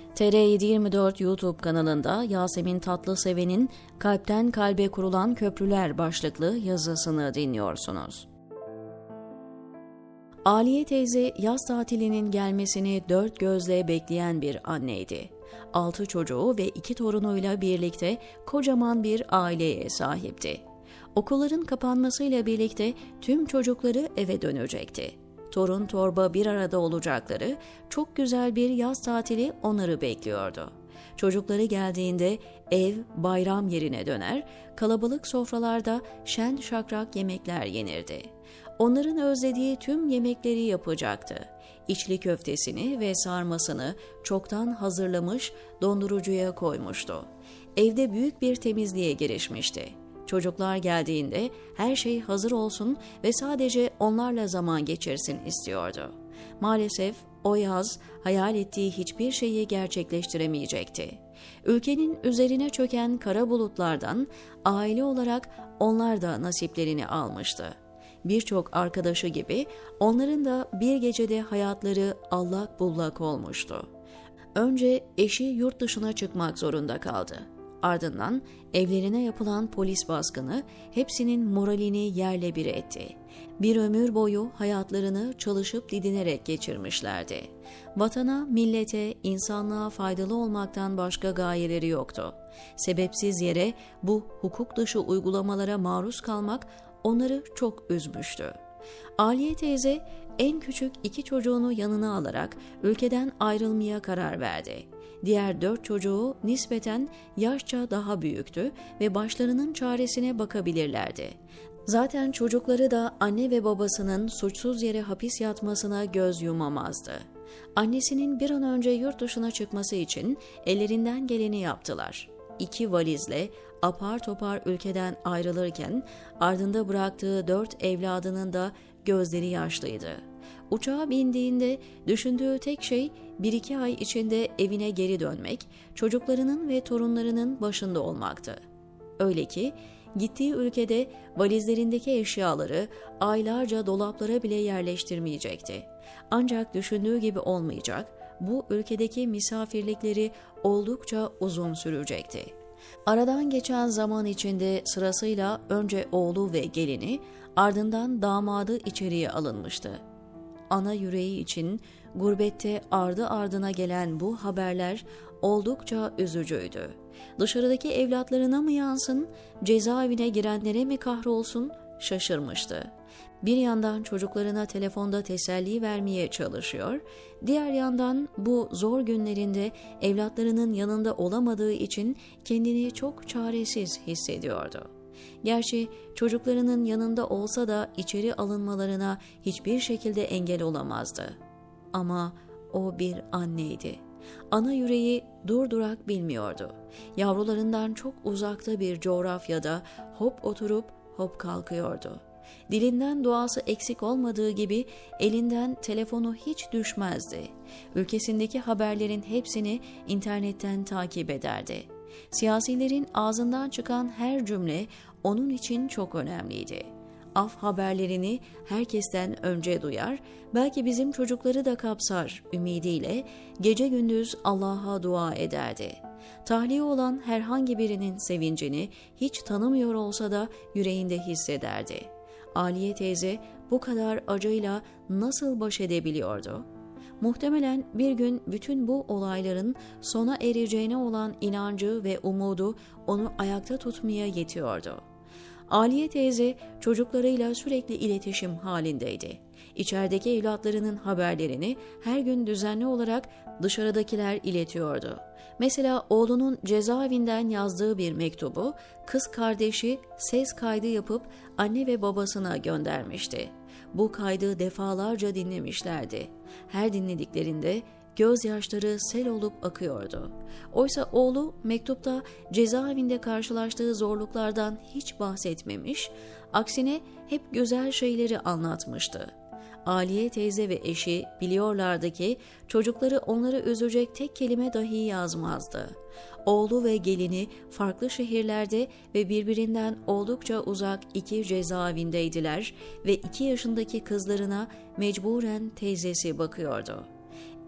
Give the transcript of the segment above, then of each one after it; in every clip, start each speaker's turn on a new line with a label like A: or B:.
A: TR724 YouTube kanalında Yasemin Tatlıseven'in Kalpten Kalbe Kurulan Köprüler başlıklı yazısını dinliyorsunuz. Aliye teyze yaz tatilinin gelmesini dört gözle bekleyen bir anneydi. 6 çocuğu ve 2 torunuyla birlikte kocaman bir aileye sahipti. Okulların kapanmasıyla birlikte tüm çocukları eve dönecekti. Torun torba bir arada olacakları çok güzel bir yaz tatili onları bekliyordu. Çocukları geldiğinde ev bayram yerine döner, kalabalık sofralarda şen şakrak yemekler yenirdi. Onların özlediği tüm yemekleri yapacaktı. İçli köftesini ve sarmasını çoktan hazırlamış, dondurucuya koymuştu. Evde büyük bir temizliğe girişmişti. Çocuklar geldiğinde her şey hazır olsun ve sadece onlarla zaman geçirsin istiyordu. Maalesef o yaz hayal ettiği hiçbir şeyi gerçekleştiremeyecekti. Ülkenin üzerine çöken kara bulutlardan aile olarak onlar da nasiplerini almıştı. Birçok arkadaşı gibi onların da bir gecede hayatları allak bullak olmuştu. Önce eşi yurt dışına çıkmak zorunda kaldı. Ardından evlerine yapılan polis baskını hepsinin moralini yerle bir etti. Bir ömür boyu hayatlarını çalışıp didinerek geçirmişlerdi. Vatana, millete, insanlığa faydalı olmaktan başka gayeleri yoktu. Sebepsiz yere bu hukuk dışı uygulamalara maruz kalmak onları çok üzmüştü. Aliye teyze en küçük 2 çocuğunu yanına alarak ülkeden ayrılmaya karar verdi. Diğer 4 çocuğu nispeten yaşça daha büyüktü ve başlarının çaresine bakabilirlerdi. Zaten çocukları da anne ve babasının suçsuz yere hapis yatmasına göz yumamazdı. Annesinin bir an önce yurt dışına çıkması için ellerinden geleni yaptılar. 2 valizle apar topar ülkeden ayrılırken ardında bıraktığı 4 evladının da gözleri yaşlıydı. Uçağa bindiğinde düşündüğü tek şey 1-2 ay içinde evine geri dönmek, çocuklarının ve torunlarının başında olmaktı. Öyle ki gittiği ülkede valizlerindeki eşyaları aylarca dolaplara bile yerleştirmeyecekti. Ancak düşündüğü gibi olmayacak, bu ülkedeki misafirlikleri oldukça uzun sürecekti. Aradan geçen zaman içinde sırasıyla önce oğlu ve gelini, ardından damadı içeriye alınmıştı. Ana yüreği için gurbette ardı ardına gelen bu haberler oldukça üzücüydü. Dışarıdaki evlatlarına mı yansın, cezaevine girenlere mi kahrolsun şaşırmıştı. Bir yandan çocuklarına telefonda teselli vermeye çalışıyor, diğer yandan bu zor günlerinde evlatlarının yanında olamadığı için kendini çok çaresiz hissediyordu. Gerçi çocuklarının yanında olsa da içeri alınmalarına hiçbir şekilde engel olamazdı. Ama o bir anneydi. Ana yüreği durdurak bilmiyordu. Yavrularından çok uzakta bir coğrafyada hop oturup hop kalkıyordu. Dilinden duası eksik olmadığı gibi elinden telefonu hiç düşmezdi. Ülkesindeki haberlerin hepsini internetten takip ederdi. Siyasilerin ağzından çıkan her cümle onun için çok önemliydi. Af haberlerini herkesten önce duyar, belki bizim çocukları da kapsar ümidiyle gece gündüz Allah'a dua ederdi. Tahliye olan herhangi birinin sevincini hiç tanımıyor olsa da yüreğinde hissederdi. Aliye teyze bu kadar acıyla nasıl baş edebiliyordu? Muhtemelen bir gün bütün bu olayların sona ereceğine olan inancı ve umudu onu ayakta tutmaya yetiyordu. Aliye teyze çocuklarıyla sürekli iletişim halindeydi. İçerideki evlatlarının haberlerini her gün düzenli olarak dışarıdakiler iletiyordu. Mesela oğlunun cezaevinden yazdığı bir mektubu kız kardeşi ses kaydı yapıp anne ve babasına göndermişti. Bu kaydı defalarca dinlemişlerdi. Her dinlediklerinde gözyaşları sel olup akıyordu. Oysa oğlu mektupta cezaevinde karşılaştığı zorluklardan hiç bahsetmemiş, aksine hep güzel şeyleri anlatmıştı. Aliye teyze ve eşi biliyorlardı ki çocukları onları üzecek tek kelime dahi yazmazdı. Oğlu ve gelini farklı şehirlerde ve birbirinden oldukça uzak 2 cezaevindeydiler ve 2 yaşındaki kızlarına mecburen teyzesi bakıyordu.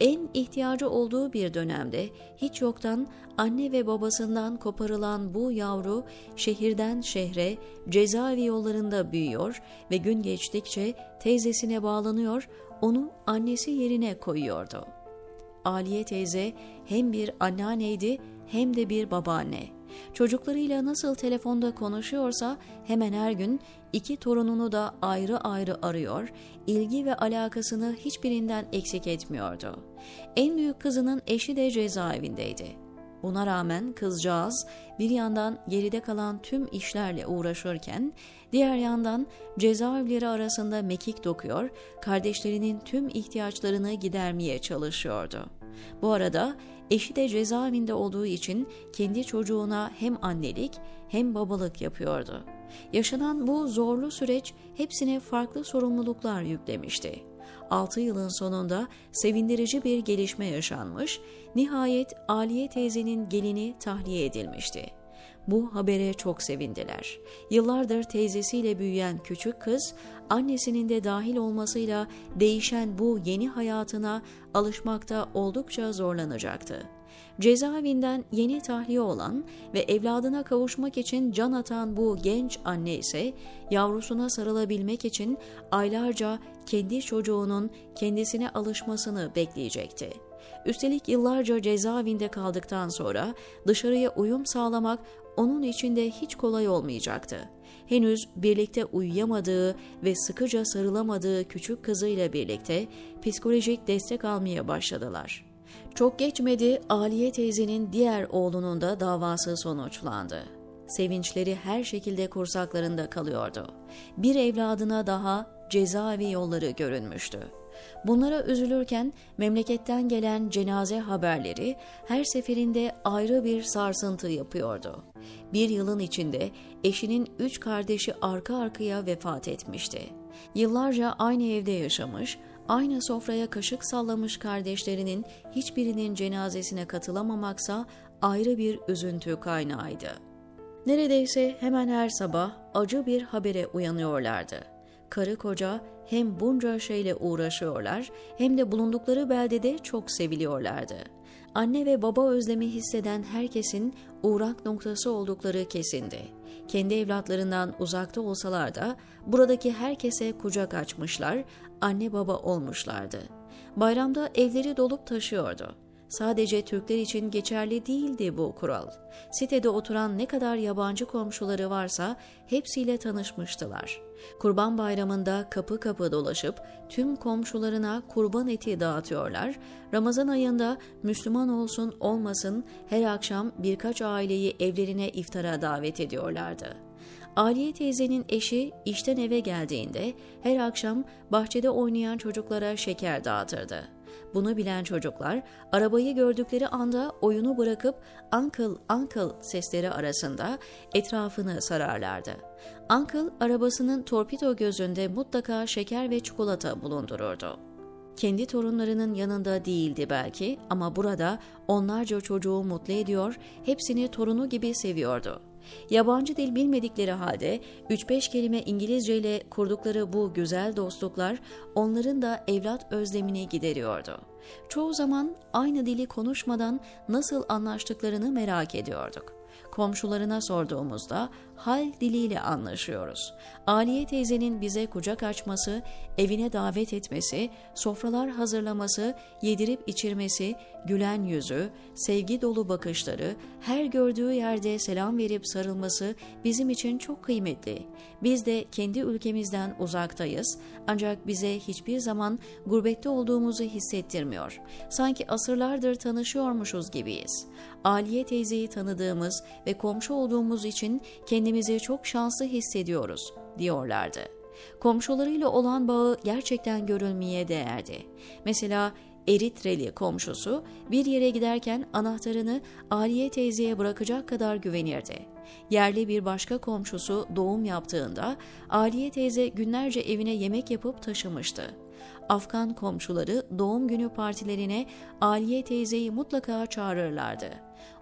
A: En ihtiyacı olduğu bir dönemde hiç yoktan anne ve babasından koparılan bu yavru şehirden şehre, cezaevi yollarında büyüyor ve gün geçtikçe teyzesine bağlanıyor, onu annesi yerine koyuyordu. Aliye teyze hem bir anneanneydi hem de bir babaanne. Çocuklarıyla nasıl telefonda konuşuyorsa hemen her gün 2 torununu da ayrı ayrı arıyor, ilgi ve alakasını hiçbirinden eksik etmiyordu. En büyük kızının eşi de cezaevindeydi. Buna rağmen kızcağız bir yandan geride kalan tüm işlerle uğraşırken, diğer yandan cezaevleri arasında mekik dokuyor, kardeşlerinin tüm ihtiyaçlarını gidermeye çalışıyordu. Bu arada eşi de cezaevinde olduğu için kendi çocuğuna hem annelik hem babalık yapıyordu. Yaşanan bu zorlu süreç hepsine farklı sorumluluklar yüklemişti. 6 yılın sonunda sevindirici bir gelişme yaşanmış, nihayet Aliye teyzenin gelini tahliye edilmişti. Bu habere çok sevindiler. Yıllardır teyzesiyle büyüyen küçük kız, annesinin de dahil olmasıyla değişen bu yeni hayatına alışmakta oldukça zorlanacaktı. Cezaevinden yeni tahliye olan ve evladına kavuşmak için can atan bu genç anne ise yavrusuna sarılabilmek için aylarca kendi çocuğunun kendisine alışmasını bekleyecekti. Üstelik yıllarca cezaevinde kaldıktan sonra dışarıya uyum sağlamak onun için de hiç kolay olmayacaktı. Henüz birlikte uyuyamadığı ve sıkıca sarılamadığı küçük kızıyla birlikte psikolojik destek almaya başladılar. Çok geçmedi, Aliye teyzenin diğer oğlunun da davası sonuçlandı. Sevinçleri her şekilde kursaklarında kalıyordu. Bir evladına daha cezaevi yolları görünmüştü. Bunlara üzülürken memleketten gelen cenaze haberleri her seferinde ayrı bir sarsıntı yapıyordu. Bir yılın içinde eşinin 3 kardeşi arka arkaya vefat etmişti. Yıllarca aynı evde yaşamış, aynı sofraya kaşık sallamış kardeşlerinin hiçbirinin cenazesine katılamamaksa ayrı bir üzüntü kaynağıydı. Neredeyse hemen her sabah acı bir habere uyanıyorlardı. Karı koca hem bunca şeyle uğraşıyorlar hem de bulundukları beldede çok seviliyorlardı. Anne ve baba özlemi hisseden herkesin uğrak noktası oldukları kesindi. Kendi evlatlarından uzakta olsalar da buradaki herkese kucak açmışlar, anne baba olmuşlardı. Bayramda evleri dolup taşıyordu. Sadece Türkler için geçerli değildi bu kural. Sitede oturan ne kadar yabancı komşuları varsa hepsiyle tanışmıştılar. Kurban Bayramı'nda kapı kapı dolaşıp tüm komşularına kurban eti dağıtıyorlar. Ramazan ayında Müslüman olsun olmasın her akşam birkaç aileyi evlerine iftara davet ediyorlardı. Aliye teyzenin eşi işten eve geldiğinde her akşam bahçede oynayan çocuklara şeker dağıtırdı. Bunu bilen çocuklar arabayı gördükleri anda oyunu bırakıp "Uncle, Uncle" sesleri arasında etrafını sararlardı. Uncle arabasının torpido gözünde mutlaka şeker ve çikolata bulundururdu. Kendi torunlarının yanında değildi belki ama burada onlarca çocuğu mutlu ediyor, hepsini torunu gibi seviyordu. Yabancı dil bilmedikleri halde 3-5 kelime İngilizce ile kurdukları bu güzel dostluklar onların da evlat özlemini gideriyordu. Çoğu zaman aynı dili konuşmadan nasıl anlaştıklarını merak ediyorduk. Komşularına sorduğumuzda hal diliyle anlaşıyoruz. Aliye teyzenin bize kucak açması, evine davet etmesi, sofralar hazırlaması, yedirip içirmesi, gülen yüzü, sevgi dolu bakışları, her gördüğü yerde selam verip sarılması bizim için çok kıymetli. Biz de kendi ülkemizden uzaktayız ancak bize hiçbir zaman gurbette olduğumuzu hissettirmiyor. Sanki asırlardır tanışıyormuşuz gibiyiz. Aliye teyzeyi tanıdığımız ve komşu olduğumuz için kendimizi çok şanslı hissediyoruz, diyorlardı. Komşularıyla olan bağı gerçekten görülmeye değerdi. Mesela Eritreli komşusu bir yere giderken anahtarını Aliye teyzeye bırakacak kadar güvenirdi. Yerli bir başka komşusu doğum yaptığında Aliye teyze günlerce evine yemek yapıp taşımıştı. Afgan komşuları doğum günü partilerine Aliye teyzeyi mutlaka çağırırlardı. O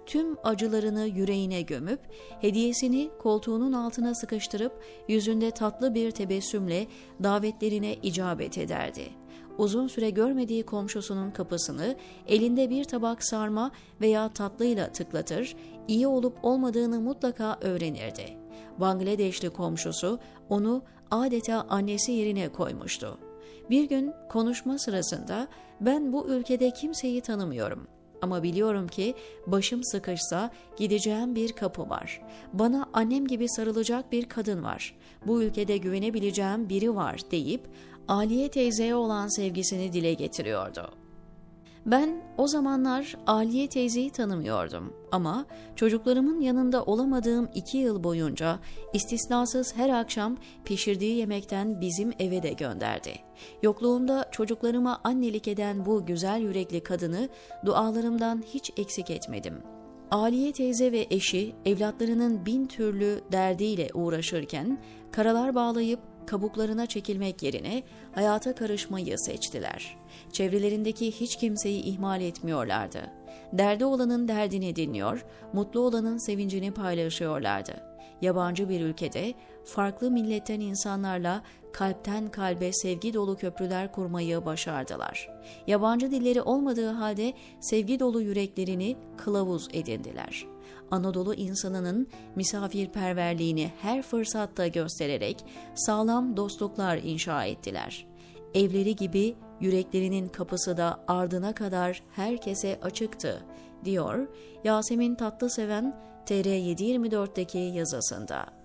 A: tüm acılarını yüreğine gömüp, hediyesini koltuğunun altına sıkıştırıp, yüzünde tatlı bir tebessümle davetlerine icabet ederdi. Uzun süre görmediği komşusunun kapısını elinde bir tabak sarma veya tatlıyla tıklatır, iyi olup olmadığını mutlaka öğrenirdi. Bangladeşli komşusu onu adeta annesi yerine koymuştu. Bir gün konuşma sırasında, "Ben bu ülkede kimseyi tanımıyorum. Ama biliyorum ki başım sıkışsa gideceğim bir kapı var. Bana annem gibi sarılacak bir kadın var. Bu ülkede güvenebileceğim biri var" deyip Aliye teyzeye olan sevgisini dile getiriyordu. Ben o zamanlar Aliye teyzeyi tanımıyordum ama çocuklarımın yanında olamadığım 2 yıl boyunca istisnasız her akşam pişirdiği yemekten bizim eve de gönderdi. Yokluğumda çocuklarıma annelik eden bu güzel yürekli kadını dualarımdan hiç eksik etmedim. Aliye teyze ve eşi evlatlarının 1000 türlü derdiyle uğraşırken karalar bağlayıp kabuklarına çekilmek yerine hayata karışmayı seçtiler. Çevrelerindeki hiç kimseyi ihmal etmiyorlardı. Derdi olanın derdini dinliyor, mutlu olanın sevincini paylaşıyorlardı. Yabancı bir ülkede farklı milletten insanlarla kalpten kalbe sevgi dolu köprüler kurmayı başardılar. Yabancı dilleri olmadığı halde sevgi dolu yüreklerini kılavuz edindiler. Anadolu insanının misafirperverliğini her fırsatta göstererek sağlam dostluklar inşa ettiler. Evleri gibi yüreklerinin kapısı da ardına kadar herkese açıktı, diyor Yasemin Tatlıseven TR724'deki yazısında.